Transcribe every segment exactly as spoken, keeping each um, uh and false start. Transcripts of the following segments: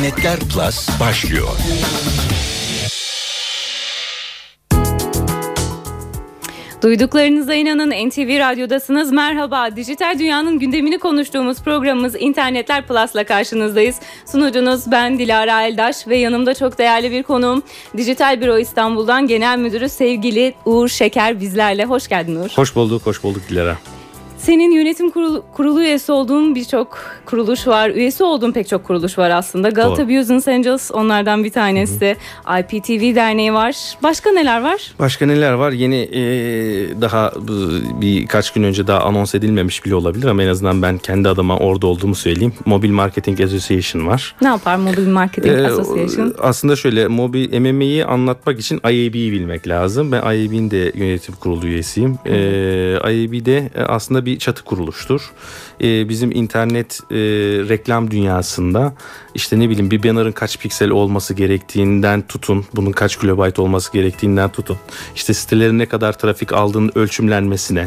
İnternetler Plus başlıyor. Duyduklarınıza inanın, N T V Radyo'dasınız. Merhaba, dijital dünyanın gündemini konuştuğumuz programımız İnternetler Plus'la karşınızdayız. Sunucunuz ben Dilara Eldaş ve yanımda çok değerli bir konuğum, Dijital Büro İstanbul'dan Genel Müdürü sevgili Uğur Şeker bizlerle. Hoş geldin Uğur. Hoş bulduk, hoş bulduk Dilara. Senin yönetim kurulu, kurulu üyesi olduğun birçok kuruluş var. Üyesi olduğun pek çok kuruluş var aslında. Galata Doğru. Business Angels onlardan bir tanesi. Hı hı. I P T V Derneği var. Başka neler var? Başka neler var? Yeni e, daha birkaç gün önce daha anons edilmemiş bile olabilir ama en azından ben kendi adıma orada olduğumu söyleyeyim. Mobile Marketing Association var. Ne yapar Mobile Marketing e, Association? Aslında şöyle, mobil M M A'yi anlatmak için I A B'yi bilmek lazım. Ben I A B'nin de yönetim kurulu üyesiyim. E, I A B'de aslında bir çatı kuruluştur. Ee, bizim internet e, reklam dünyasında işte ne bileyim bir banner'ın kaç piksel olması gerektiğinden tutun, bunun kaç kilobayt olması gerektiğinden tutun, işte sitelerin ne kadar trafik aldığının ölçümlenmesine,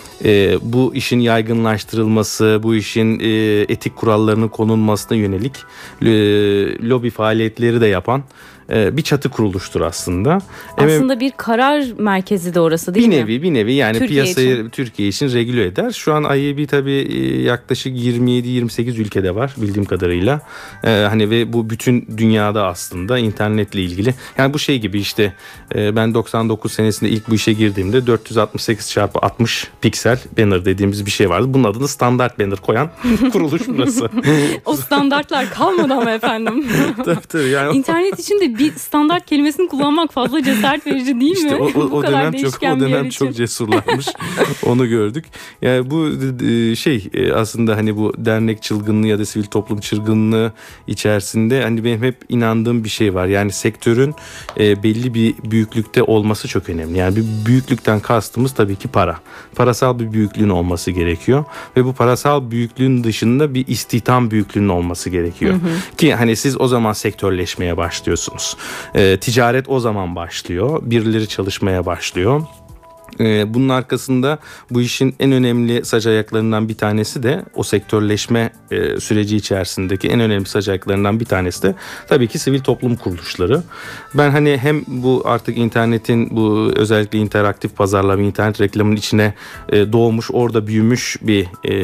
e, bu işin yaygınlaştırılması, bu işin e, etik kurallarının konulmasına yönelik e, lobi faaliyetleri de yapan bir çatı kuruluştur aslında. Aslında bir karar merkezi de orası değil bir mi? Bir nevi bir nevi yani Türkiye piyasayı için. Türkiye için regüle eder. Şu an I A B tabii yaklaşık yirmi yedi yirmi sekiz ülkede var bildiğim kadarıyla. Ee, hani ve bu bütün dünyada aslında internetle ilgili. Yani bu şey gibi işte ben doksan dokuz senesinde ilk bu işe girdiğimde dört yüz altmış sekiz çarpı altmış piksel banner dediğimiz bir şey vardı. Bunun adını standart banner koyan kuruluş burası. O standartlar kalmadı ama efendim. Tabii tabii. Yani İnternet için de bir standart kelimesini kullanmak fazla cesaret verici değil işte mi? O, o, o dönem çok o dönem çok cesurlarmış. Onu gördük. Yani bu şey aslında hani bu dernek çılgınlığı ya da sivil toplum çılgınlığı içerisinde hani benim hep inandığım bir şey var. Yani sektörün belli bir büyüklükte olması çok önemli. Yani bir büyüklükten kastımız tabii ki para. Parasal bir büyüklüğün olması gerekiyor ve bu parasal büyüklüğün dışında bir istihdam büyüklüğünün olması gerekiyor. Hı hı. Ki hani siz o zaman sektörleşmeye başlıyorsunuz. E, ticaret o zaman başlıyor. Birileri çalışmaya başlıyor. E, bunun arkasında bu işin en önemli sac ayaklarından bir tanesi de o sektörleşme e, süreci içerisindeki en önemli sac ayaklarından bir tanesi de tabii ki sivil toplum kuruluşları. Ben hani hem bu artık internetin bu özellikle interaktif pazarlama, internet reklamının içine e, doğmuş, orada büyümüş bir e,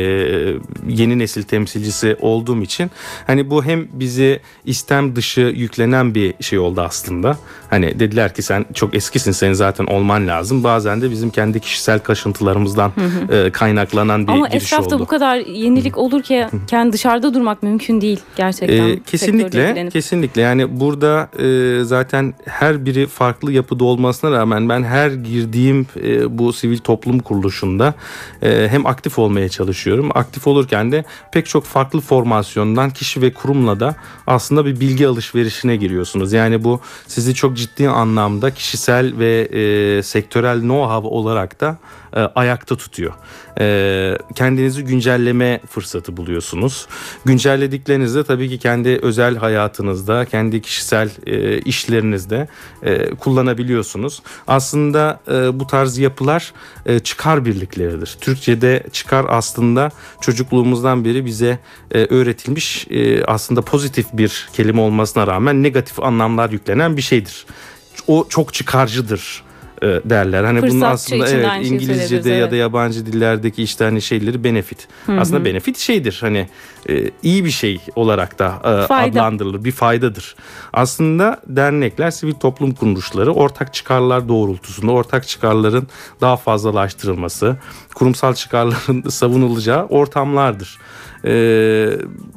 yeni nesil temsilcisi olduğum için hani bu hem bizi istem dışı yüklenen bir şey oldu aslında. Hani dediler ki sen çok eskisin, senin zaten olman lazım. Bazı Bazen de bizim kendi kişisel kaşıntılarımızdan hı hı. E, kaynaklanan bir Ama giriş oldu. Ama etrafta bu kadar yenilik olurken kendi dışarıda durmak mümkün değil gerçekten. E, kesinlikle, kesinlikle. Yani burada e, zaten her biri farklı yapıda olmasına rağmen ben her girdiğim e, bu sivil toplum kuruluşunda e, hem aktif olmaya çalışıyorum. Aktif olurken de pek çok farklı formasyondan kişi ve kurumla da aslında bir bilgi alışverişine giriyorsunuz. Yani bu sizi çok ciddi anlamda kişisel ve e, sektörel know-how olarak da e, ayakta tutuyor. E, kendinizi güncelleme fırsatı buluyorsunuz. Güncellediklerinizi tabii ki kendi özel hayatınızda, kendi kişisel e, işlerinizde e, kullanabiliyorsunuz. Aslında e, bu tarz yapılar e, çıkar birlikleridir. Türkçe'de çıkar aslında çocukluğumuzdan beri bize e, öğretilmiş e, aslında pozitif bir kelime olmasına rağmen negatif anlamlar yüklenen bir şeydir. O çok çıkarcıdır derler. Hani bunun aslında evet İngilizce'de ya da yabancı dillerdeki işte hani şeyleri benefit. Hı hı. Aslında benefit şeydir. Hani e, iyi bir şey olarak da e, adlandırılır. Bir faydadır. Aslında dernekler, sivil toplum kuruluşları ortak çıkarlar doğrultusunda ortak çıkarların daha fazlalaştırılması, kurumsal çıkarların savunulacağı ortamlardır. Eee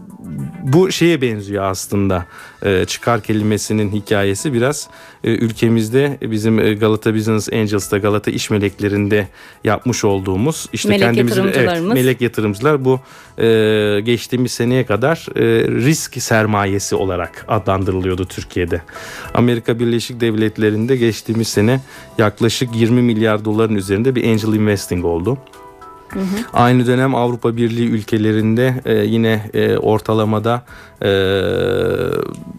Bu şeye benziyor aslında, çıkar kelimesinin hikayesi biraz ülkemizde bizim Galata Business Angels'ta, Galata İş Meleklerinde yapmış olduğumuz işte melek kendimizi yatırımcılarımız. Evet, melek yatırımcılar bu geçtiğimiz seneye kadar risk sermayesi olarak adlandırılıyordu Türkiye'de. Amerika Birleşik Devletleri'nde geçtiğimiz sene yaklaşık yirmi milyar doların üzerinde bir angel investing oldu. Hı hı. Aynı dönem Avrupa Birliği ülkelerinde e, yine e, ortalamada e,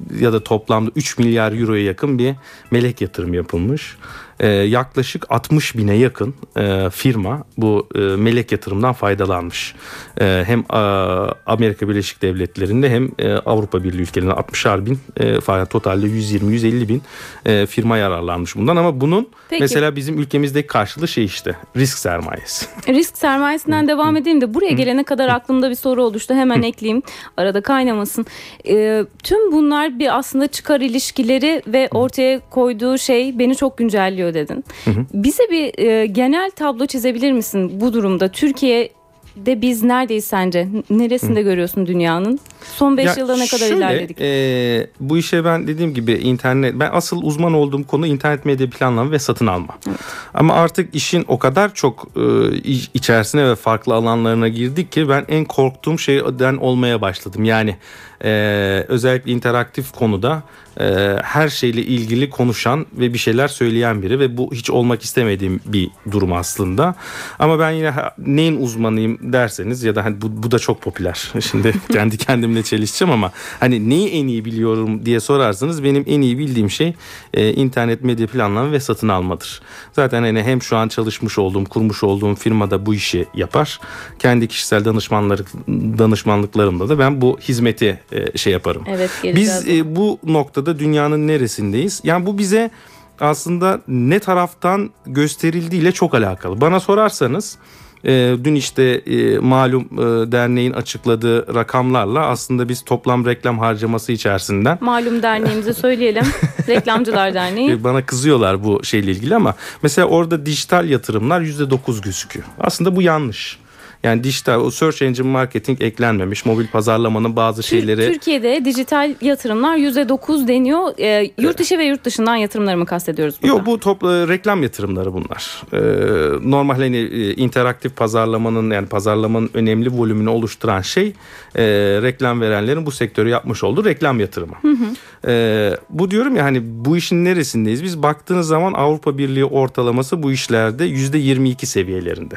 ya da toplamda üç milyar euroya yakın bir melek yatırım yapılmış. Ee, yaklaşık altmış bine yakın e, firma bu e, melek yatırımdan faydalanmış. E, hem e, Amerika Birleşik Devletleri'nde hem e, Avrupa Birliği ülkelerinde altmışar bin e, totalde yüz yirmi yüz elli bin e, firma yararlanmış bundan. Ama bunun Peki. mesela bizim ülkemizdeki karşılığı şey işte risk sermayesi. Risk sermayesinden devam edeyim de buraya gelene kadar aklımda bir soru oluştu. Hemen ekleyeyim, arada kaynamasın. E, tüm bunlar bir aslında çıkar ilişkileri ve ortaya koyduğu şey beni çok güncelliyor dedin. Hı hı. Bize bir e, genel tablo çizebilir misin bu durumda? Türkiye'de biz neredeyiz sence? Neresinde hı. görüyorsun dünyanın? Son beş yılda ne kadar şöyle, ilerledik? E, bu işe ben dediğim gibi internet, ben asıl uzman olduğum konu internet medya planlama ve satın alma. Evet. Ama artık işin o kadar çok e, içerisine ve farklı alanlarına girdik ki ben en korktuğum şeyden olmaya başladım. Yani e, özellikle interaktif konuda e, her şeyle ilgili konuşan ve bir şeyler söyleyen biri ve bu hiç olmak istemediğim bir durum aslında. Ama ben yine neyin uzmanıyım derseniz ya da hani bu, bu da çok popüler. Şimdi kendi kendimle çelişeceğim ama hani neyi en iyi biliyorum diye sorarsanız benim en iyi bildiğim şey e, internet medya planlama ve satın almadır. Zaten hani hem şu an çalışmış olduğum, kurmuş olduğum firmada bu işi yapar. Kendi kişisel danışmanlık danışmanlıklarımda da ben bu hizmeti e, şey yaparım. Evet, biz e, bu noktada dünyanın neresindeyiz? Yani bu bize aslında ne taraftan gösterildiğiyle çok alakalı. Bana sorarsanız e, dün işte e, malum e, derneğin açıkladığı rakamlarla aslında biz toplam reklam harcaması içerisinden. Malum derneğimizi söyleyelim. Reklamcılar Derneği. Bana kızıyorlar bu şeyle ilgili ama mesela orada dijital yatırımlar yüzde dokuz gözüküyor. Aslında bu yanlış. Yani dijital, o search engine marketing eklenmemiş. Mobil pazarlamanın bazı şeyleri. Türkiye'de dijital yatırımlar yüzde dokuz deniyor. E, yurt dışı ve yurt dışından yatırımları mı kastediyoruz burada? Yok, bu toplu reklam yatırımları bunlar. E, normal hani e, interaktif pazarlamanın, yani pazarlamanın önemli volümünü oluşturan şey e, reklam verenlerin bu sektörü yapmış olduğu reklam yatırımı. Hı hı. E, bu diyorum ya, hani bu işin neresindeyiz? Biz baktığınız zaman Avrupa Birliği ortalaması bu işlerde yüzde yirmi iki seviyelerinde.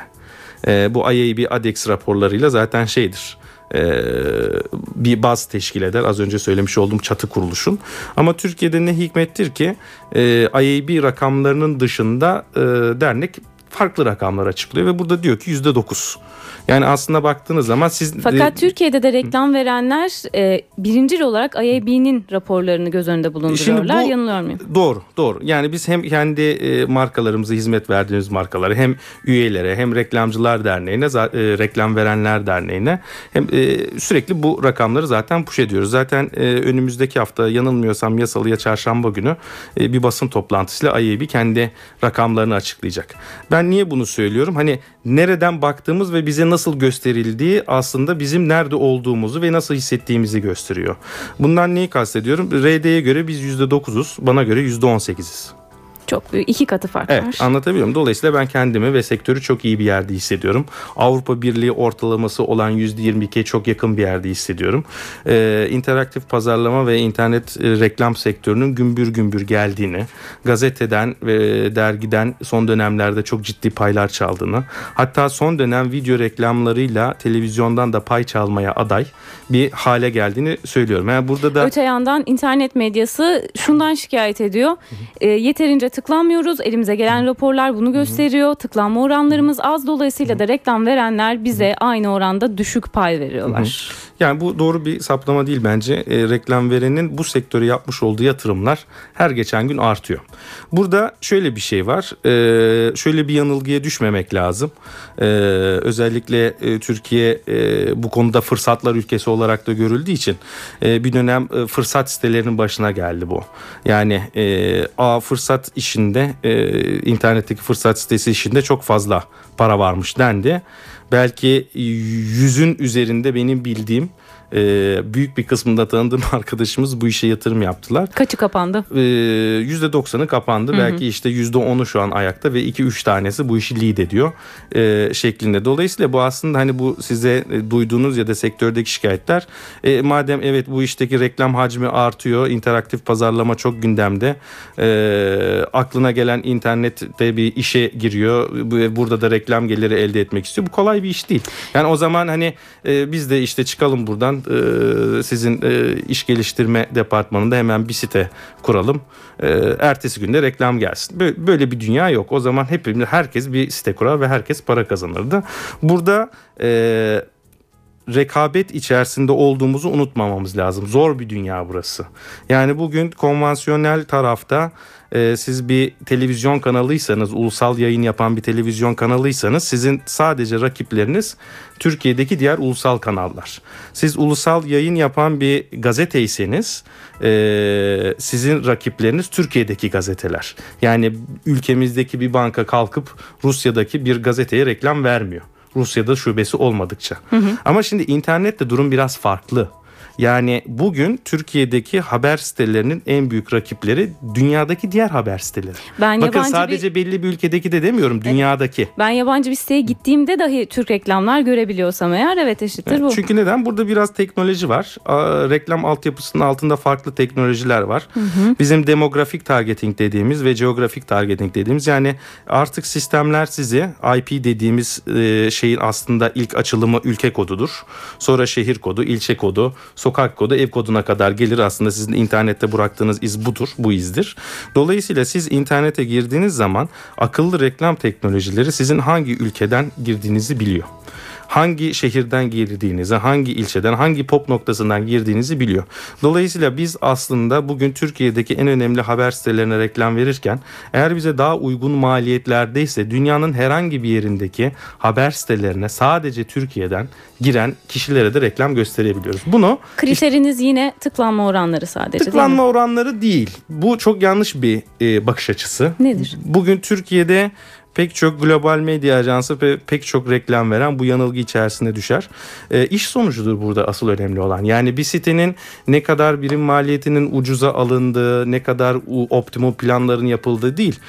E, bu I A B ADEX raporlarıyla zaten şeydir, e, bir baz teşkil eder. Az önce söylemiş olduğum çatı kuruluşun. Ama Türkiye'de ne hikmettir ki e, I A B rakamlarının dışında e, dernek farklı rakamlar açıklıyor ve burada diyor ki yüzde dokuz. Yani aslında baktığınız zaman siz... Fakat e, Türkiye'de de reklam verenler e, birincil olarak I A B'nin raporlarını göz önünde bulunduruyorlar. Bu, yanılıyor muyum? Doğru, doğru. Yani biz hem kendi e, markalarımıza hizmet verdiğimiz markaları, hem üyelere, hem reklamcılar derneğine, e, reklam verenler derneğine hem e, sürekli bu rakamları zaten push ediyoruz. Zaten e, önümüzdeki hafta yanılmıyorsam ya salı ya çarşamba günü e, bir basın toplantısıyla I A B kendi rakamlarını açıklayacak. Ben niye bunu söylüyorum? Hani nereden baktığımız ve bize nasıl gösterildiği aslında bizim nerede olduğumuzu ve nasıl hissettiğimizi gösteriyor. Bundan neyi kastediyorum? R D'ye göre biz yüzde dokuzuz, bana göre yüzde on sekiziz. Çok büyük, iki katı fark evet, var. Anlatabiliyor muyum? Dolayısıyla ben kendimi ve sektörü çok iyi bir yerde hissediyorum. Avrupa Birliği ortalaması olan yüzde yirmi ikiye çok yakın bir yerde hissediyorum. Ee, interaktif pazarlama ve internet e, reklam sektörünün gümbür gümbür geldiğini, gazeteden ve dergiden son dönemlerde çok ciddi paylar çaldığını, hatta son dönem video reklamlarıyla televizyondan da pay çalmaya aday bir hale geldiğini söylüyorum. Yani burada da öte yandan internet medyası şundan şikayet ediyor. E, yeterince tıklanmıyoruz. Elimize gelen raporlar bunu gösteriyor. Tıklanma oranlarımız az. Dolayısıyla da reklam verenler bize aynı oranda düşük pay veriyorlar. Yani bu doğru bir saptama değil bence. E, reklam verenin bu sektöre yapmış olduğu yatırımlar her geçen gün artıyor. Burada şöyle bir şey var. E, şöyle bir yanılgıya düşmemek lazım. E, özellikle e, Türkiye e, bu konuda fırsatlar ülkesi olarak da görüldüğü için e, bir dönem e, fırsat sitelerinin başına geldi bu. Yani e, a fırsat işinde, e, internetteki fırsat sitesi işinde çok fazla para varmış dendi. Belki yüzün üzerinde benim bildiğim Ee, büyük bir kısmında tanıdığım arkadaşımız bu işe yatırım yaptılar. Kaçı kapandı? Ee, yüzde doksanı kapandı. Hı hı. Belki işte yüzde onu şu an ayakta ve iki üç tanesi bu işi lead ediyor e, şeklinde. Dolayısıyla bu aslında hani bu size e, duyduğunuz ya da sektördeki şikayetler, e, madem evet bu işteki reklam hacmi artıyor, interaktif pazarlama çok gündemde, e, aklına gelen internette bir işe giriyor ve burada da reklam geliri elde etmek istiyor. Bu kolay bir iş değil. Yani o zaman hani e, biz de işte çıkalım buradan, e, sizin e, iş geliştirme departmanında hemen bir site kuralım. E, ertesi günde reklam gelsin. Böyle, böyle bir dünya yok. O zaman hepimiz, herkes bir site kurar ve herkes para kazanırdı. Burada e, rekabet içerisinde olduğumuzu unutmamamız lazım. Zor bir dünya burası. Yani bugün konvansiyonel tarafta e, siz bir televizyon kanalıysanız, ulusal yayın yapan bir televizyon kanalıysanız sizin sadece rakipleriniz Türkiye'deki diğer ulusal kanallar. Siz ulusal yayın yapan bir gazeteyseniz e, sizin rakipleriniz Türkiye'deki gazeteler. Yani ülkemizdeki bir banka kalkıp Rusya'daki bir gazeteye reklam vermiyor. Rusya'da şubesi olmadıkça. Hı hı. Ama şimdi internette durum biraz farklı. Yani bugün Türkiye'deki haber sitelerinin en büyük rakipleri dünyadaki diğer haber siteleri. Ben Bakın sadece bir... belli bir ülkedeki de demiyorum, dünyadaki. Ben yabancı bir siteye gittiğimde dahi Türk reklamlar görebiliyorsam eğer evet eşittir evet, bu. Çünkü neden? Burada biraz teknoloji var. Aa, reklam altyapısının altında farklı teknolojiler var. Hı hı. Bizim demografik targeting dediğimiz ve geografik targeting dediğimiz, yani artık sistemler sizi I P dediğimiz e, şeyin aslında ilk açılımı ülke kodudur. Sonra şehir kodu, ilçe kodu, sokak kodu, ev koduna kadar gelir. Aslında sizin internette bıraktığınız iz budur, bu izdir. Dolayısıyla siz internete girdiğiniz zaman akıllı reklam teknolojileri sizin hangi ülkeden girdiğinizi biliyor. Hangi şehirden girdiğinizi, hangi ilçeden, hangi pop noktasından girdiğinizi biliyor. Dolayısıyla biz aslında bugün Türkiye'deki en önemli haber sitelerine reklam verirken eğer bize daha uygun maliyetlerdeyse dünyanın herhangi bir yerindeki haber sitelerine sadece Türkiye'den giren kişilere de reklam gösterebiliyoruz. Bunu kriteriniz işte, yine tıklanma oranları sadece tıklanma değil mi? oranları değil. Bu çok yanlış bir e, bakış açısı. Nedir? Bugün Türkiye'de pek çok global medya ajansı ve pek çok reklam veren bu yanılgı içerisine düşer. E, iş sonucudur burada asıl önemli olan. Yani bir sitenin ne kadar birim maliyetinin ucuza alındığı, ne kadar optimum planların yapıldığı değil.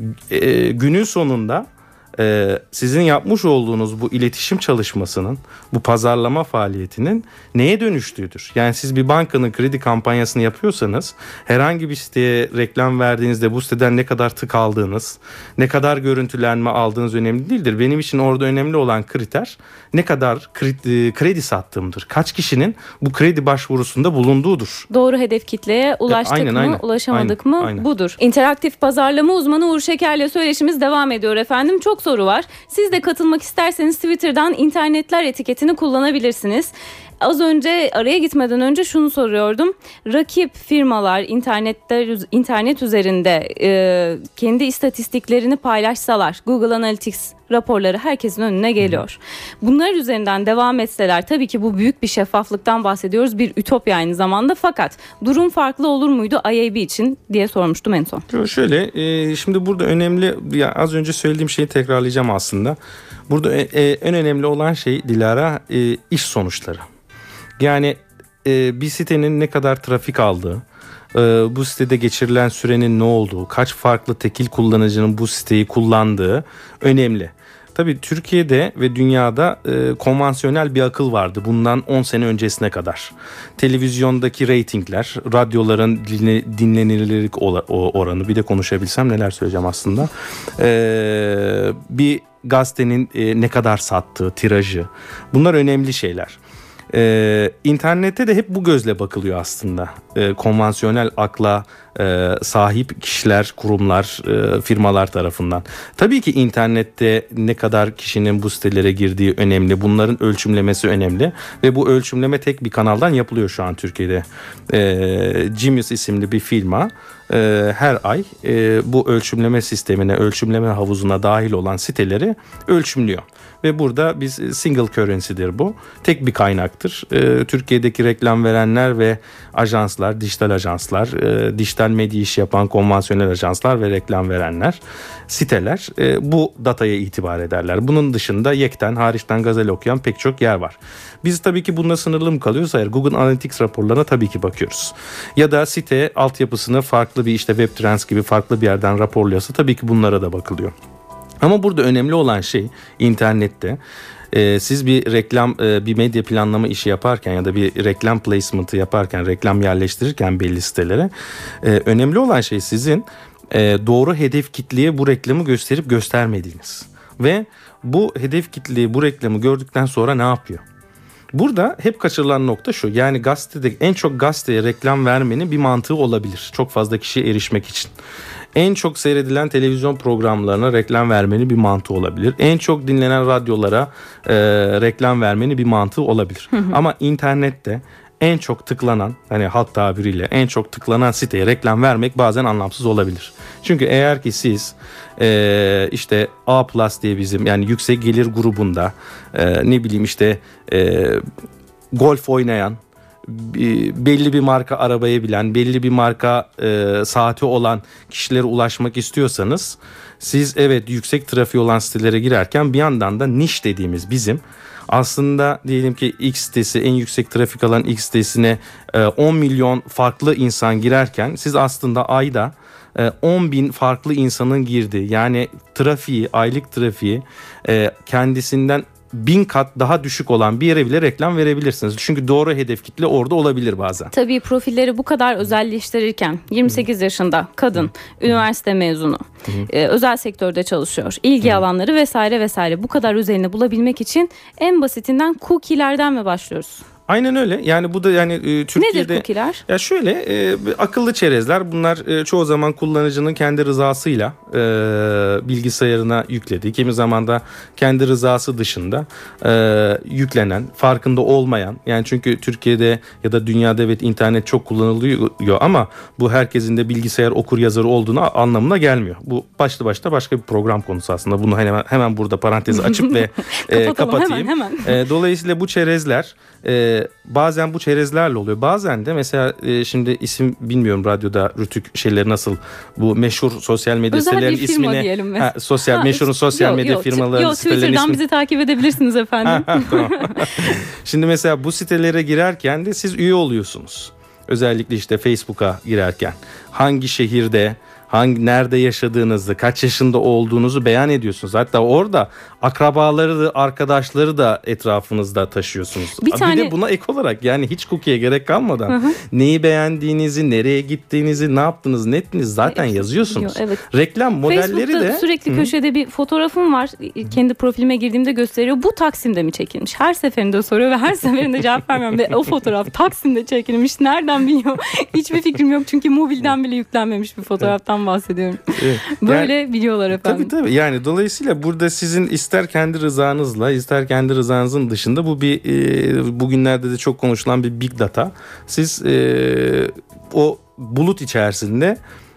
E, günün sonunda Ee, sizin yapmış olduğunuz bu iletişim çalışmasının, bu pazarlama faaliyetinin neye dönüştüğüdür. Yani siz bir bankanın kredi kampanyasını yapıyorsanız herhangi bir siteye reklam verdiğinizde bu siteden ne kadar tık aldığınız, ne kadar görüntülenme aldığınız önemli değildir. Benim için orada önemli olan kriter ne kadar kredi, kredi sattığımdır. Kaç kişinin bu kredi başvurusunda bulunduğudur. Doğru hedef kitleye ulaştık e, aynen, mı, aynen, ulaşamadık aynen, mı aynen. Budur. İnteraktif pazarlama uzmanı Uğur Şeker'le söyleşimiz devam ediyor efendim. Çok soru var. Siz de katılmak isterseniz Twitter'dan internetler etiketini kullanabilirsiniz. Az önce araya gitmeden önce şunu soruyordum. Rakip firmalar internetler internet üzerinde e, kendi istatistiklerini paylaşsalar, Google Analytics raporları herkesin önüne geliyor. Bunlar üzerinden devam etseler, tabii ki bu büyük bir şeffaflıktan bahsediyoruz. Bir ütopya aynı zamanda, fakat durum farklı olur muydu I A B için diye sormuştum en son. Şöyle e, şimdi burada önemli, ya az önce söylediğim şeyi tekrarlayacağım aslında. Burada e, e, en önemli olan şey Dilara, e, iş sonuçları. Yani e, bir sitenin ne kadar trafik aldığı, e, bu sitede geçirilen sürenin ne olduğu, kaç farklı tekil kullanıcının bu siteyi kullandığı önemli. Tabii Türkiye'de ve dünyada e, konvansiyonel bir akıl vardı bundan on sene öncesine kadar. Televizyondaki reytingler, radyoların dinle, dinlenirlik oranı, bir de konuşabilsem neler söyleyeceğim aslında. E, bir gazetenin e, ne kadar sattığı, tirajı, bunlar önemli şeyler. Ee, internette de hep bu gözle bakılıyor aslında. Ee, konvansiyonel akla e, sahip kişiler, kurumlar, e, firmalar tarafından. Tabii ki internette ne kadar kişinin bu sitelere girdiği önemli. Bunların ölçümlemesi önemli. Ve bu ölçümleme tek bir kanaldan yapılıyor şu an Türkiye'de. Ee, Genius isimli bir firma e, her ay e, bu ölçümleme sistemine, ölçümleme havuzuna dahil olan siteleri ölçümlüyor. Ve burada biz single currency'dir bu. Tek bir kaynaktır. Ee, Türkiye'deki reklam verenler ve ajanslar, dijital ajanslar, e, dijital medya iş yapan konvansiyonel ajanslar ve reklam verenler, siteler e, bu dataya itibar ederler. Bunun dışında yekten, hariçten gazete okuyan pek çok yer var. Biz tabii ki bununla sınırlı mı kalıyoruz? Hayır. Google Analytics raporlarına tabii ki bakıyoruz. Ya da site altyapısını farklı bir işte WebTrends gibi farklı bir yerden raporluyorsa tabii ki bunlara da bakılıyor. Ama burada önemli olan şey internette e, siz bir reklam, e, bir medya planlama işi yaparken ya da bir reklam placement'ı yaparken, reklam yerleştirirken belli sitelere e, önemli olan şey sizin e, doğru hedef kitleye bu reklamı gösterip göstermediğiniz. Ve bu hedef kitleyi, bu reklamı gördükten sonra ne yapıyor? Burada hep kaçırılan nokta şu. Yani gazetede en çok gazeteye reklam vermenin bir mantığı olabilir. Çok fazla kişiye erişmek için. En çok seyredilen televizyon programlarına reklam vermenin bir mantığı olabilir. En çok dinlenen radyolara e, reklam vermenin bir mantığı olabilir. Hı hı. Ama internette en çok tıklanan, hani halk tabiriyle en çok tıklanan siteye reklam vermek bazen anlamsız olabilir. Çünkü eğer ki siz e, işte A plus diye bizim yani yüksek gelir grubunda e, ne bileyim işte e, golf oynayan, belli bir marka arabaya bilen, belli bir marka e, saati olan kişilere ulaşmak istiyorsanız siz evet yüksek trafiği olan sitelere girerken bir yandan da niş dediğimiz bizim aslında diyelim ki X sitesi en yüksek trafik alan X sitesine e, on milyon farklı insan girerken siz aslında ayda e, on bin farklı insanın girdiği yani trafiği, aylık trafiği e, kendisinden bin kat daha düşük olan bir yere bile reklam verebilirsiniz. Çünkü doğru hedef kitle orada olabilir bazen. Tabii profilleri bu kadar özelleştirirken yirmi sekiz Hı. yaşında kadın, Hı. üniversite mezunu, e, özel sektörde çalışıyor, ilgi Hı. alanları vesaire vesaire bu kadar üzerine bulabilmek için en basitinden cookie'lerden mi başlıyoruz? Aynen öyle. Yani bu da yani e, Türkiye'de... Nedir cookie'ler? Ya şöyle e, akıllı çerezler bunlar e, çoğu zaman kullanıcının kendi rızasıyla e, bilgisayarına yüklediği, kimi zaman da kendi rızası dışında e, yüklenen, farkında olmayan yani çünkü Türkiye'de ya da dünyada evet internet çok kullanılıyor ama bu herkesin de bilgisayar okur yazarı olduğunu anlamına gelmiyor. Bu başlı başta başka bir program konusu aslında. Bunu hemen hemen burada parantezi açıp ve e, kapatayım. Hemen, hemen. E, dolayısıyla bu çerezler e, bazen bu çerezlerle oluyor. Bazen de mesela e, şimdi isim bilmiyorum radyoda Rütük şeyleri nasıl bu meşhur sosyal medya sitelerinin ismini ha, sosyal ha, meşhurun sosyal yok, medya yok, firmaları yok, sitelerin Twitter'dan ismi... bizi takip edebilirsiniz efendim. Tamam. Şimdi mesela bu sitelere girerken de siz üye oluyorsunuz. Özellikle işte Facebook'a girerken hangi şehirde hangi nerede yaşadığınızı, kaç yaşında olduğunuzu beyan ediyorsunuz. Hatta orada akrabaları da, arkadaşları da etrafınızda taşıyorsunuz. Bir, tane... bir de buna ek olarak yani hiç cookie'ye gerek kalmadan hı hı. neyi beğendiğinizi, nereye gittiğinizi, ne yaptınız, ne ettiniz zaten evet, yazıyorsunuz. Evet. Reklam modelleri Facebook'ta de sürekli hı. köşede bir fotoğrafım var. Kendi profilime girdiğimde gösteriyor. Bu Taksim'de mi çekilmiş? Her seferinde soruyor ve her seferinde cevap vermiyorum. Ve o fotoğraf Taksim'de çekilmiş. Nereden biliyor? Hiçbir fikrim yok. Çünkü mobilden bile yüklenmemiş bir fotoğraftan bahsediyorum. Evet. Böyle yani, biliyorlar efendim. Tabii tabii. Yani dolayısıyla burada sizin ister kendi rızanızla, ister kendi rızanızın dışında bu bir e, bugünlerde de çok konuşulan bir big data. Siz e, o bulut içerisinde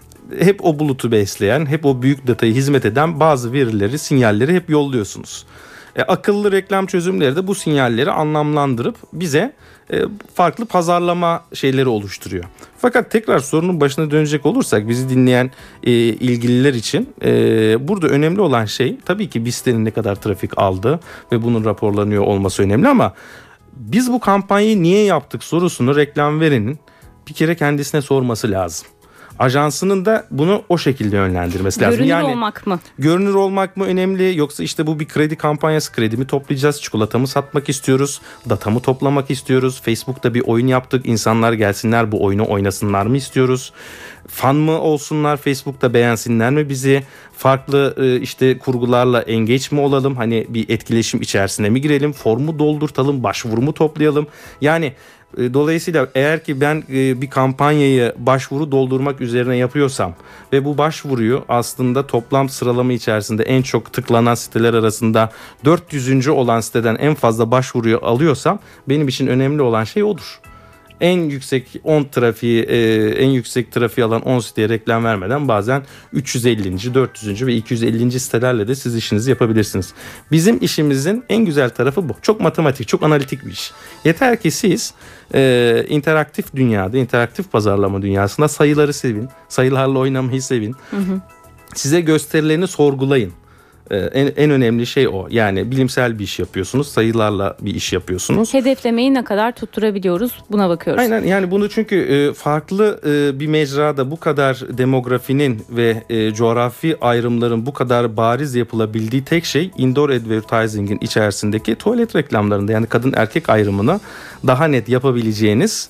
hep o bulutu besleyen, hep o büyük datayı hizmet eden bazı verileri, sinyalleri hep yolluyorsunuz. E, akıllı reklam çözümleri de bu sinyalleri anlamlandırıp bize e, farklı pazarlama şeyleri oluşturuyor. Fakat tekrar sorunun başına dönecek olursak bizi dinleyen e, ilgililer için e, burada önemli olan şey tabii ki bir sitenin ne kadar trafik aldığı ve bunun raporlanıyor olması önemli ama biz bu kampanyayı niye yaptık sorusunu reklam verenin bir kere kendisine sorması lazım. Ajansının da bunu o şekilde yönlendirmesi lazım. Görünür yani, olmak mı? Görünür olmak mı önemli yoksa işte bu bir kredi kampanyası, kredimi toplayacağız, çikolatamı satmak istiyoruz, datamı toplamak istiyoruz, Facebook'ta bir oyun yaptık, insanlar gelsinler bu oyunu oynasınlar mı istiyoruz? Fan mı olsunlar, Facebook'ta beğensinler mi bizi? Farklı işte kurgularla engage mi olalım? Hani bir etkileşim içerisine mi girelim? Formu doldurtalım, başvuru mu toplayalım? Yani dolayısıyla eğer ki ben bir kampanyayı başvuru doldurmak üzerine yapıyorsam ve bu başvuruyu aslında toplam sıralama içerisinde en çok tıklanan siteler arasında dört yüzüncü olan siteden en fazla başvuruyu alıyorsam benim için önemli olan şey odur. En yüksek on trafiği, en yüksek trafiği alan on siteye reklam vermeden bazen üç yüz ellinci, dört yüzüncü ve iki yüz ellinci sitelerle de siz işinizi yapabilirsiniz. Bizim işimizin en güzel tarafı bu. Çok matematik, çok analitik bir iş. Yeter ki siz e, interaktif dünyada, interaktif pazarlama dünyasında sayıları sevin, sayılarla oynamayı sevin. Hı hı. Size gösterilerini sorgulayın. En, en önemli şey o. Yani bilimsel bir iş yapıyorsunuz. Sayılarla bir iş yapıyorsunuz. Hedeflemeyi ne kadar tutturabiliyoruz? Buna bakıyoruz. Aynen yani bunu çünkü farklı bir mecrada bu kadar demografinin ve coğrafi ayrımların bu kadar bariz yapılabildiği tek şey indoor advertising'in içerisindeki tuvalet reklamlarında. Yani kadın erkek ayrımını daha net yapabileceğiniz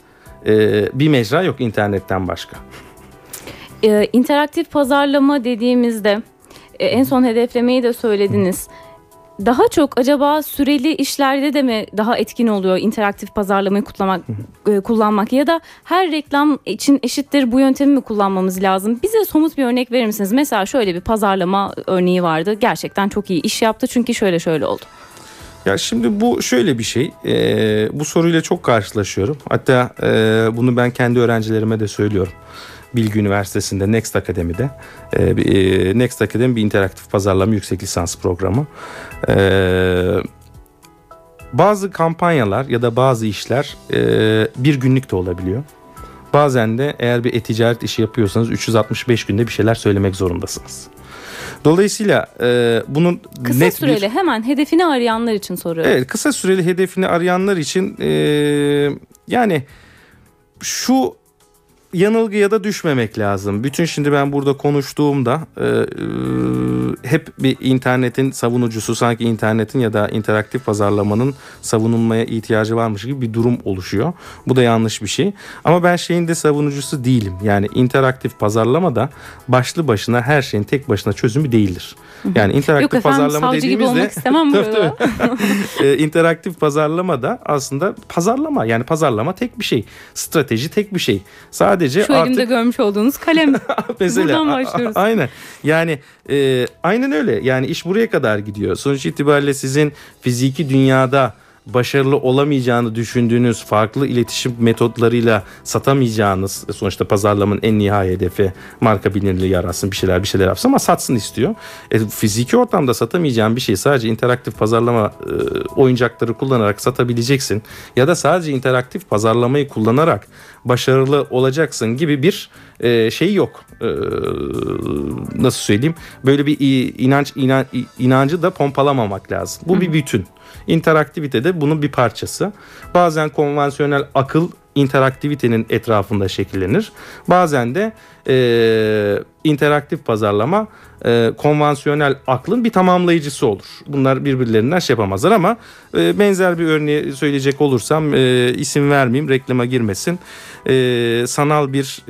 bir mecra yok internetten başka. Ee, interaktif pazarlama dediğimizde en son hedeflemeyi de söylediniz. Daha çok acaba süreli işlerde de mi daha etkin oluyor interaktif pazarlamayı kullanmak, e, kullanmak ya da her reklam için eşittir bu yöntemi mi kullanmamız lazım? Bize somut bir örnek verir misiniz? Mesela şöyle bir pazarlama örneği vardı. Gerçekten çok iyi iş yaptı çünkü şöyle şöyle oldu. Ya şimdi bu şöyle bir şey. E, bu soruyla çok karşılaşıyorum. Hatta e, bunu ben kendi öğrencilerime de söylüyorum. Bilgi Üniversitesi'nde Next Akademi'de e, Next Akademi bir interaktif pazarlama yüksek lisans programı. E, bazı kampanyalar ya da bazı işler e, bir günlük de olabiliyor. Bazen de eğer bir e-ticaret işi yapıyorsanız üç yüz altmış beş günde bir şeyler söylemek zorundasınız. Dolayısıyla e, bunun kısa net süreli bir... hemen hedefini arayanlar için soruyorum. Evet, kısa süreli hedefini arayanlar için e, yani şu yanılgıya da düşmemek lazım. Bütün şimdi ben burada konuştuğumda e, e, hep bir internetin savunucusu, sanki internetin ya da interaktif pazarlamanın savunulmaya ihtiyacı varmış gibi bir durum oluşuyor. Bu da yanlış bir şey. Ama ben şeyin de savunucusu değilim. Yani interaktif pazarlama da başlı başına her şeyin tek başına çözümü değildir. Yani interaktif Yok efendim, pazarlama savcı gibi dediğimizde olmak istemem burada. e, interaktif pazarlama da aslında pazarlama. Yani pazarlama tek bir şey. Strateji tek bir şey. Sadece Şu artık elimde görmüş olduğunuz kalem. mesela, buradan başlıyoruz. Aynen. Yani e, aynen öyle. Yani iş buraya kadar gidiyor. Sonuç itibariyle sizin fiziki dünyada başarılı olamayacağını düşündüğünüz farklı iletişim metotlarıyla satamayacağınız, sonuçta pazarlamanın en nihai hedefi marka bilinirliği yaratsın, bir şeyler bir şeyler yapsın ama satsın istiyor. E, fiziki ortamda satamayacağın bir şeyi sadece interaktif pazarlama e, oyuncakları kullanarak satabileceksin ya da sadece interaktif pazarlamayı kullanarak başarılı olacaksın gibi bir e, şey yok. E, nasıl söyleyeyim? Böyle bir inanç inan, inancı da pompalamamak lazım. Bu bir bütün. İnteraktivite de bunun bir parçası. Bazen konvansiyonel akıl interaktivitenin etrafında şekillenir. Bazen de e, interaktif pazarlama e, konvansiyonel aklın bir tamamlayıcısı olur. Bunlar birbirlerinden şey yapamazlar ama e, benzer bir örneği söyleyecek olursam e, isim vermeyeyim, reklama girmesin. E, sanal bir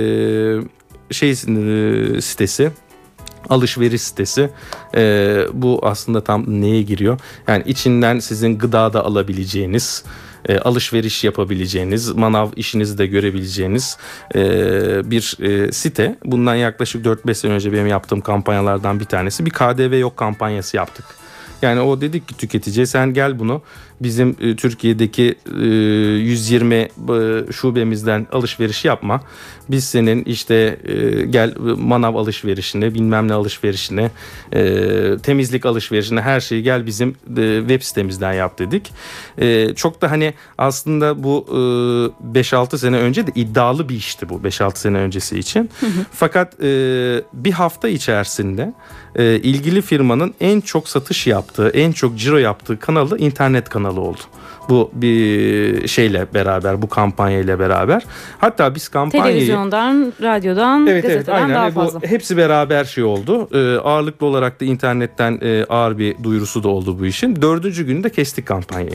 e, şey e, sitesi. Alışveriş sitesi. Ee, bu aslında tam neye giriyor? Yani içinden sizin gıda da alabileceğiniz, e, alışveriş yapabileceğiniz, manav işinizi de görebileceğiniz e, bir e, site. Bundan yaklaşık dört beş sene önce benim yaptığım kampanyalardan bir tanesi. Bir K D V yok kampanyası yaptık. Yani o dedik ki tüketiciye, sen gel bunu bizim e, Türkiye'deki e, yüz yirmi e, şubemizden alışveriş yapma. Biz senin işte e, gel manav alışverişine, bilmem ne alışverişine, e, temizlik alışverişine, her şeyi gel bizim e, web sitemizden yap dedik. E, çok da hani aslında bu e, beş altı sene önce de iddialı bir işti bu, beş altı sene öncesi için. Hı hı. Fakat e, bir hafta içerisinde e, ilgili firmanın en çok satış yaptığı, en çok ciro yaptığı kanalı internet kanalı oldu. Bu bir şeyle beraber, bu kampanyayla beraber. Hatta biz kampanyayı... Televizyondan, radyodan, evet, gazeteden evet, aynen. daha Bu, fazla. hepsi beraber şey oldu. Ee, ağırlıklı olarak da internetten e, ağır bir duyurusu da oldu bu işin. Dördüncü günde kestik kampanyayı.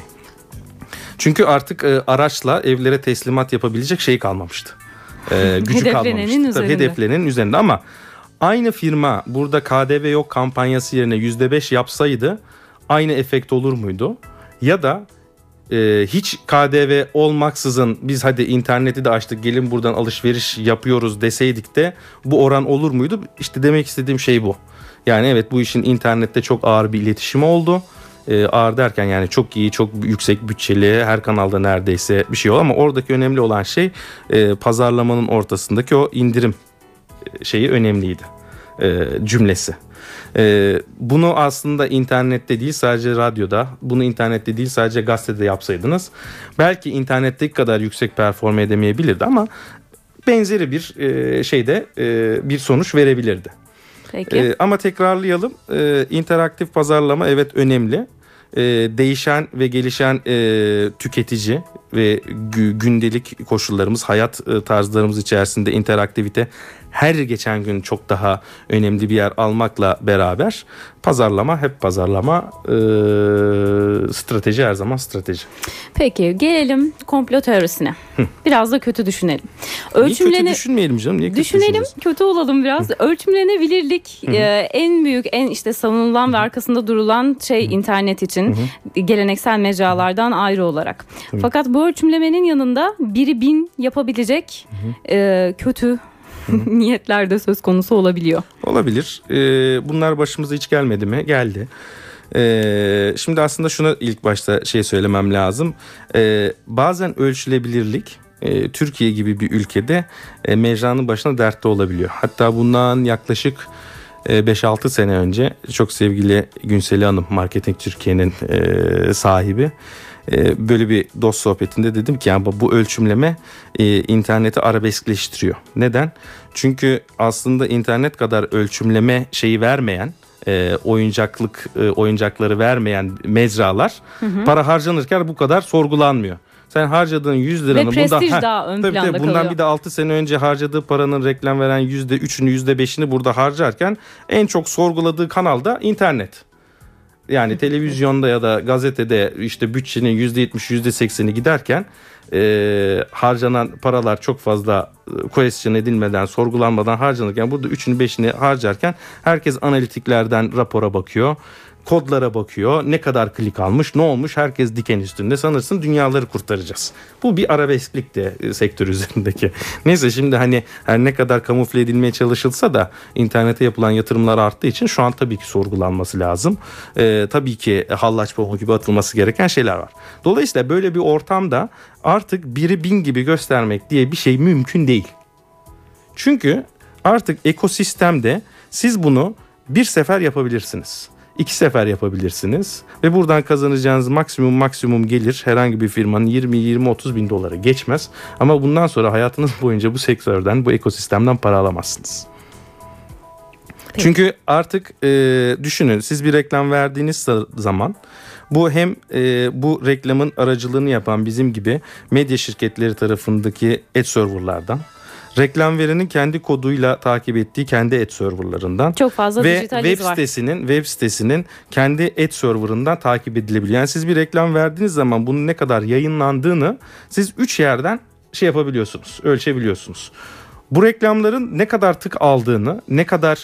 Çünkü artık e, araçla evlere teslimat yapabilecek şey kalmamıştı. E, gücü kalmamıştı. Tabii, hedeflenenin üzerinde ama aynı firma burada K D V yok kampanyası yerine yüzde beş yapsaydı aynı efekt olur muydu? Ya da e, hiç K D V olmaksızın biz hadi interneti de açtık, gelin buradan alışveriş yapıyoruz deseydik de bu oran olur muydu? İşte demek istediğim şey bu. Yani evet, bu işin internette çok ağır bir iletişimi oldu. E, ağır derken yani çok iyi, çok yüksek bütçeli, her kanalda neredeyse bir şey oldu ama oradaki önemli olan şey e, pazarlamanın ortasındaki o indirim şeyi önemliydi, e, cümlesi. Ee, bunu aslında internette değil sadece radyoda, bunu internette değil sadece gazetede yapsaydınız belki internetteki kadar yüksek perform edemeyebilirdi ama benzeri bir e, şeyde e, bir sonuç verebilirdi. Peki. E, ama tekrarlayalım, e, interaktif pazarlama evet önemli. E, değişen ve gelişen e, tüketici, ve gündelik koşullarımız, hayat tarzlarımız içerisinde interaktivite her geçen gün çok daha önemli bir yer almakla beraber pazarlama hep pazarlama, e, strateji her zaman strateji. Peki gelelim komplo teorisine. Biraz da kötü düşünelim. Ölçümlene... Niye kötü düşünmeyelim canım? Niye kötü düşünelim, kötü olalım biraz. Ölçümlenebilirlik e, en büyük, en işte savunulan ve arkasında durulan şey internet için geleneksel mecralardan ayrı olarak. Hı. Fakat bu ölçümlemenin yanında biri bin yapabilecek e, kötü niyetler de söz konusu olabiliyor. Olabilir. Ee, bunlar başımıza hiç gelmedi mi? Geldi. Ee, şimdi aslında şuna ilk başta şey söylemem lazım. Ee, bazen ölçülebilirlik e, Türkiye gibi bir ülkede e, mecranın başına dertte olabiliyor. Hatta bundan yaklaşık e, beş altı sene önce çok sevgili Günseli Hanım, Marketing Türkiye'nin e, sahibi, böyle bir dost sohbetinde dedim ki yani bu ölçümleme e, interneti arabeskleştiriyor. Neden? Çünkü aslında internet kadar ölçümleme şeyi vermeyen, e, oyuncaklık e, oyuncakları vermeyen mecralar hı hı. para harcanırken bu kadar sorgulanmıyor. Sen harcadığın yüz liranın... Ve prestij bundan, daha ön tabii planda tabii, bundan kalıyor. Bir de altı sene önce harcadığı paranın reklam veren yüzde üçünü yüzde beşini burada harcarken en çok sorguladığı kanal da internet. Yani televizyonda ya da gazetede işte bütçenin yüzde yetmiş yüzde sekseni giderken e, harcanan paralar çok fazla question edilmeden, sorgulanmadan harcanırken burada üçünü beşini harcarken herkes analitiklerden rapora bakıyor. Kodlara bakıyor. Ne kadar klik almış, ne olmuş, herkes diken üstünde. Sanırsın dünyaları kurtaracağız. Bu bir arabesklik de e, sektör üzerindeki. Neyse şimdi hani her ne kadar kamufle edilmeye çalışılsa da internete yapılan yatırımlar arttığı için şu an tabii ki sorgulanması lazım. E, tabii ki hallaç pamuğu gibi atılması gereken şeyler var. Dolayısıyla böyle bir ortamda artık biri bin gibi göstermek diye bir şey mümkün değil. Çünkü artık ekosistemde siz bunu bir sefer yapabilirsiniz. İki sefer yapabilirsiniz ve buradan kazanacağınız maksimum maksimum gelir herhangi bir firmanın yirmi yirmi otuz bin dolara geçmez. Ama bundan sonra hayatınız boyunca bu sektörden, bu ekosistemden para alamazsınız. Peki. Çünkü artık e, düşünün, siz bir reklam verdiğiniz zaman bu hem e, bu reklamın aracılığını yapan bizim gibi medya şirketleri tarafındaki ad serverlardan, reklam verenin kendi koduyla takip ettiği kendi ad serverlarından çok fazla ve dijital web iz var. sitesinin web sitesinin kendi ad serverından takip edilebiliyor. Yani siz bir reklam verdiğiniz zaman bunun ne kadar yayınlandığını siz üç yerden şey yapabiliyorsunuz, ölçebiliyorsunuz. Bu reklamların ne kadar tık aldığını, ne kadar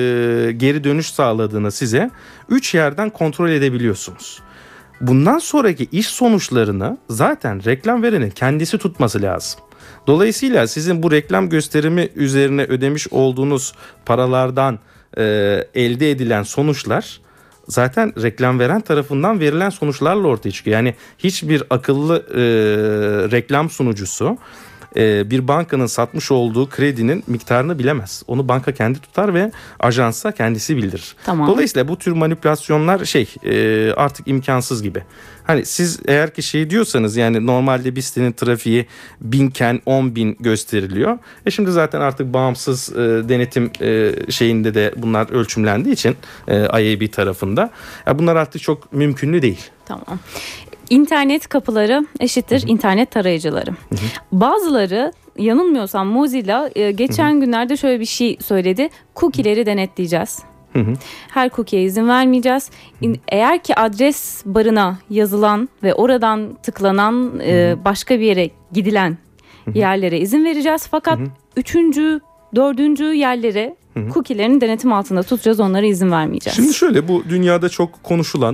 e, geri dönüş sağladığını size üç yerden kontrol edebiliyorsunuz. Bundan sonraki iş sonuçlarını zaten reklam verenin kendisi tutması lazım. Dolayısıyla sizin bu reklam gösterimi üzerine ödemiş olduğunuz paralardan e, elde edilen sonuçlar zaten reklam veren tarafından verilen sonuçlarla ortaya çıkıyor. Yani hiçbir akıllı e, reklam sunucusu e, bir bankanın satmış olduğu kredinin miktarını bilemez. Onu banka kendi tutar ve ajansa kendisi bildirir. Tamam. Dolayısıyla bu tür manipülasyonlar şey e, artık imkansız gibi. Hani siz eğer ki şey diyorsanız, yani normalde bir sitenin trafiği binken on bin gösteriliyor. E şimdi zaten artık bağımsız e, denetim e, şeyinde de bunlar ölçümlendiği için e, I A B tarafında. Ya bunlar artık çok mümkünlü değil. Tamam. İnternet kapıları eşittir Hı-hı. internet tarayıcıları. Hı-hı. Bazıları, yanılmıyorsam Mozilla e, geçen Hı-hı. günlerde şöyle bir şey söyledi. Cookie'leri denetleyeceğiz. Hı hı. Her cookie'ye izin vermeyeceğiz. Hı. Eğer ki adres barına yazılan ve oradan tıklanan e, başka bir yere gidilen hı hı. yerlere izin vereceğiz. Fakat hı hı. üçüncü, dördüncü yerlere hı hı. cookie'lerin denetim altında tutacağız. Onlara izin vermeyeceğiz. Şimdi şöyle, bu dünyada çok konuşulan,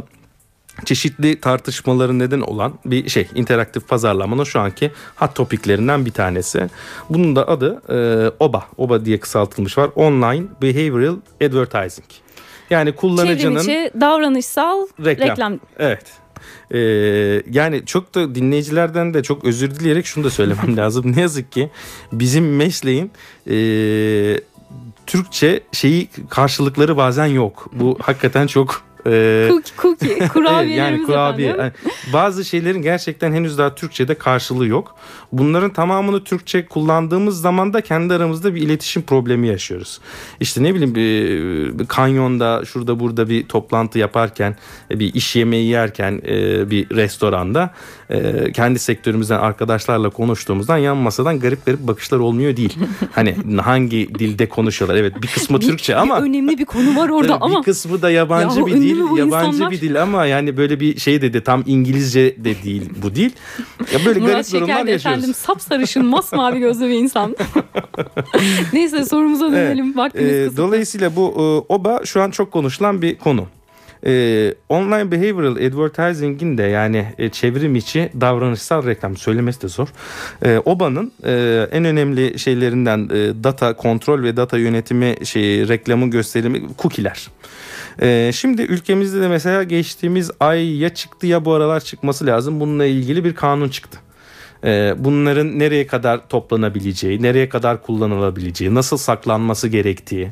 çeşitli tartışmaların neden olan bir şey, interaktif pazarlamanın şu anki hot topiclerinden bir tanesi. Bunun da adı e, O B A. O B A diye kısaltılmış var. Online Behavioral Advertising. Yani kullanıcının çevrimiçi davranışsal reklam. reklam. Evet. Ee, yani çok da dinleyicilerden de çok özür dileyerek şunu da söylemem lazım. Ne yazık ki bizim mesleğin e, Türkçe şeyi karşılıkları bazen yok. Bu hakikaten çok Ee, Cookie, cookie. Kurabiyelerimiz yani kurabiye. efendim. Yani bazı şeylerin gerçekten henüz daha Türkçe'de karşılığı yok. Bunların tamamını Türkçe kullandığımız zaman da kendi aramızda bir iletişim problemi yaşıyoruz. İşte ne bileyim bir, bir kanyonda şurada burada bir toplantı yaparken, bir iş yemeği yerken bir restoranda kendi sektörümüzden arkadaşlarla konuştuğumuzdan yan masadan garip garip bakışlar olmuyor değil. Hani hangi dilde konuşuyorlar? Evet, bir kısmı bir, Türkçe ama bir önemli bir konu var orada evet, ama bir kısmı da yabancı ya, bir dil, yabancı insanlar. bir dil ama yani böyle bir şey dedi, tam İngilizce de değil bu dil. Ya böyle Murat garip durumlar Şeker de yaşıyoruz. efendim sapsarışın masmavi gözlü bir insan. Neyse sorumuza dönelim. Evet. Vaktimiz Ee, kısıtlı. dolayısıyla bu e, O B A şu an çok konuşulan bir konu. Ee, online behavioral advertising'in de yani e, çevrim içi davranışsal reklam, söylemesi de zor. Ee, O B A'nın e, en önemli şeylerinden e, data kontrol ve data yönetimi şeyi, reklamın gösterimi cookie'ler. Ee, şimdi ülkemizde de mesela geçtiğimiz ay ya çıktı ya bu aralar çıkması lazım. Bununla ilgili bir kanun çıktı. Bunların nereye kadar toplanabileceği, nereye kadar kullanılabileceği, nasıl saklanması gerektiği,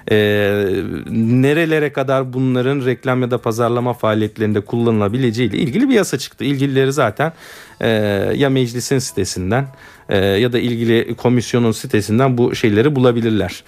nerelere kadar bunların reklam ya da pazarlama faaliyetlerinde kullanılabileceği ile ilgili bir yasa çıktı. İlgilileri zaten ya meclisin sitesinden ya da ilgili komisyonun sitesinden bu şeyleri bulabilirler.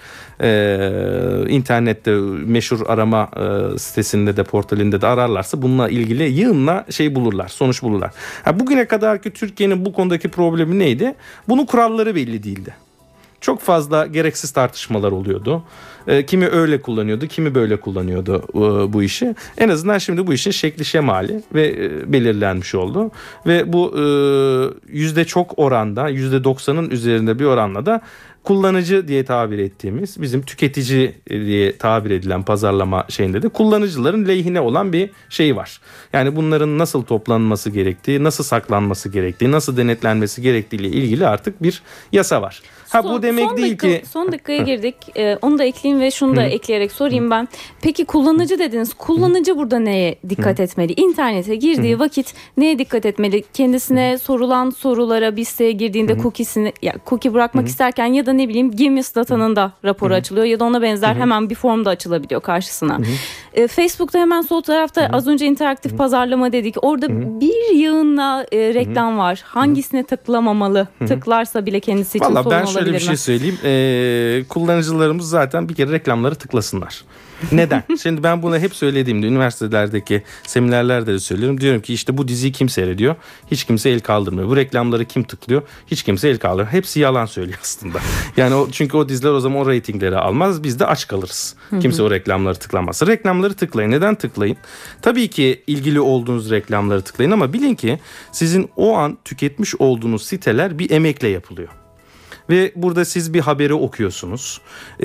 İnternette meşhur arama sitesinde de, portalinde de ararlarsa bununla ilgili yığınla şey bulurlar, sonuç bulurlar. Ha, bugüne kadarki Türkiye'nin bu konudaki problemi neydi? Bunun kuralları belli değildi. Çok fazla gereksiz tartışmalar oluyordu. E, kimi öyle kullanıyordu, kimi böyle kullanıyordu e, bu işi. En azından şimdi bu işin şekli şemali ve e, belirlenmiş oldu. Ve bu e, yüzde çok oranda, yüzde doksanın üzerinde bir oranla da kullanıcı diye tabir ettiğimiz, bizim tüketici diye tabir edilen pazarlama şeyinde de kullanıcıların lehine olan bir şey var. Yani bunların nasıl toplanması gerektiği, nasıl saklanması gerektiği, nasıl denetlenmesi gerektiği ile ilgili artık bir yasa var. Ha son, bu demek son değil dakika, ki son dakikaya girdik. Ee, onu da ekleyeyim ve şunu da Hı. ekleyerek sorayım Hı. ben. Peki kullanıcı dediniz. Kullanıcı Hı. burada neye dikkat Hı. etmeli? İnternete girdiği Hı. vakit neye dikkat etmeli? Kendisine Hı. sorulan sorulara bir siteye girdiğinde Hı. cookiesini ya cookie bırakmak Hı. isterken ya da ne bileyim Gimis Data'nın da raporu Hı. açılıyor ya da ona benzer Hı. hemen bir form da açılabiliyor karşısına. Hı. Ee, Facebook'ta hemen sol tarafta Hı. az önce interaktif Hı. pazarlama dedik. Orada Hı. bir yığınla e, reklam Hı. var. Hangisine tıklamamalı? Hı. Tıklarsa bile kendisi için Vallahi sorun olabilir mi? Şöyle bir şey söyleyeyim. Ee, kullanıcılarımız zaten bir kere reklamları tıklasınlar. Neden? Şimdi ben bunu hep söylediğimde üniversitelerdeki seminerlerde de söylüyorum. Diyorum ki işte bu diziyi kim seyrediyor? Hiç kimse el kaldırmıyor. Bu reklamları kim tıklıyor? Hiç kimse el kaldırmıyor. Hepsi yalan söylüyor aslında. Yani o, çünkü o diziler o zaman o reytingleri almaz. Biz de aç kalırız. Kimse o reklamları tıklamaz. Reklamları tıklayın. Neden tıklayın? Tabii ki ilgili olduğunuz reklamları tıklayın ama bilin ki sizin o an tüketmiş olduğunuz siteler bir emekle yapılıyor. Ve burada siz bir haberi okuyorsunuz.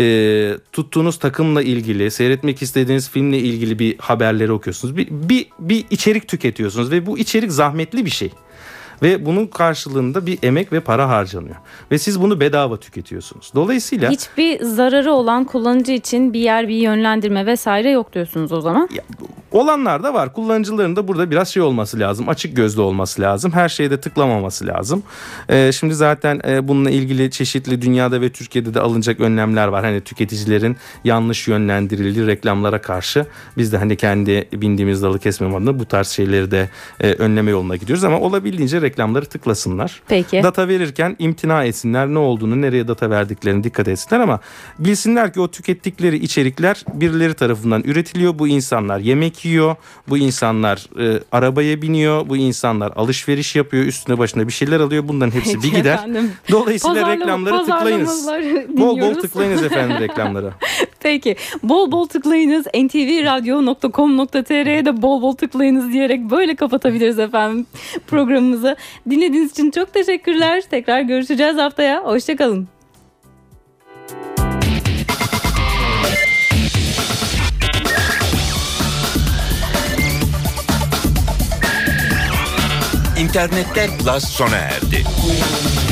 E, tuttuğunuz takımla ilgili, seyretmek istediğiniz filmle ilgili bir haberleri okuyorsunuz. Bir, bir, bir içerik tüketiyorsunuz ve bu içerik zahmetli bir şey. Ve bunun karşılığında bir emek ve para harcanıyor. Ve siz bunu bedava tüketiyorsunuz. Dolayısıyla... Hiçbir zararı olan kullanıcı için bir yer, bir yönlendirme vesaire yok diyorsunuz o zaman. Ya, olanlar da var. Kullanıcıların da burada biraz şey olması lazım. Açık gözlü olması lazım. Her şeyde tıklamaması lazım. Ee, şimdi zaten e, bununla ilgili çeşitli dünyada ve Türkiye'de de alınacak önlemler var. Hani tüketicilerin yanlış yönlendirildiği reklamlara karşı biz de hani kendi bindiğimiz dalı kesmem adına bu tarz şeyleri de e, önleme yoluna gidiyoruz. Ama olabildiğince reklamları tıklasınlar. Peki. Data verirken imtina etsinler. Ne olduğunu, nereye data verdiklerini dikkat etsinler ama bilsinler ki o tükettikleri içerikler birileri tarafından üretiliyor. Bu insanlar yemek yiyor. Bu insanlar e, arabaya biniyor. Bu insanlar alışveriş yapıyor. Üstüne başına bir şeyler alıyor. Bunların hepsi Peki bir gider. Efendim. Dolayısıyla Pazarlama, reklamları tıklayınız. Bol bol tıklayınız efendim reklamlara. Peki. Bol bol tıklayınız. en ti vi radyo nokta com nokta tr de bol bol tıklayınız diyerek böyle kapatabiliriz efendim programımızı. Dinlediğiniz için çok teşekkürler. Tekrar görüşeceğiz haftaya. Hoşçakalın. İnternetler Plus sona erdi.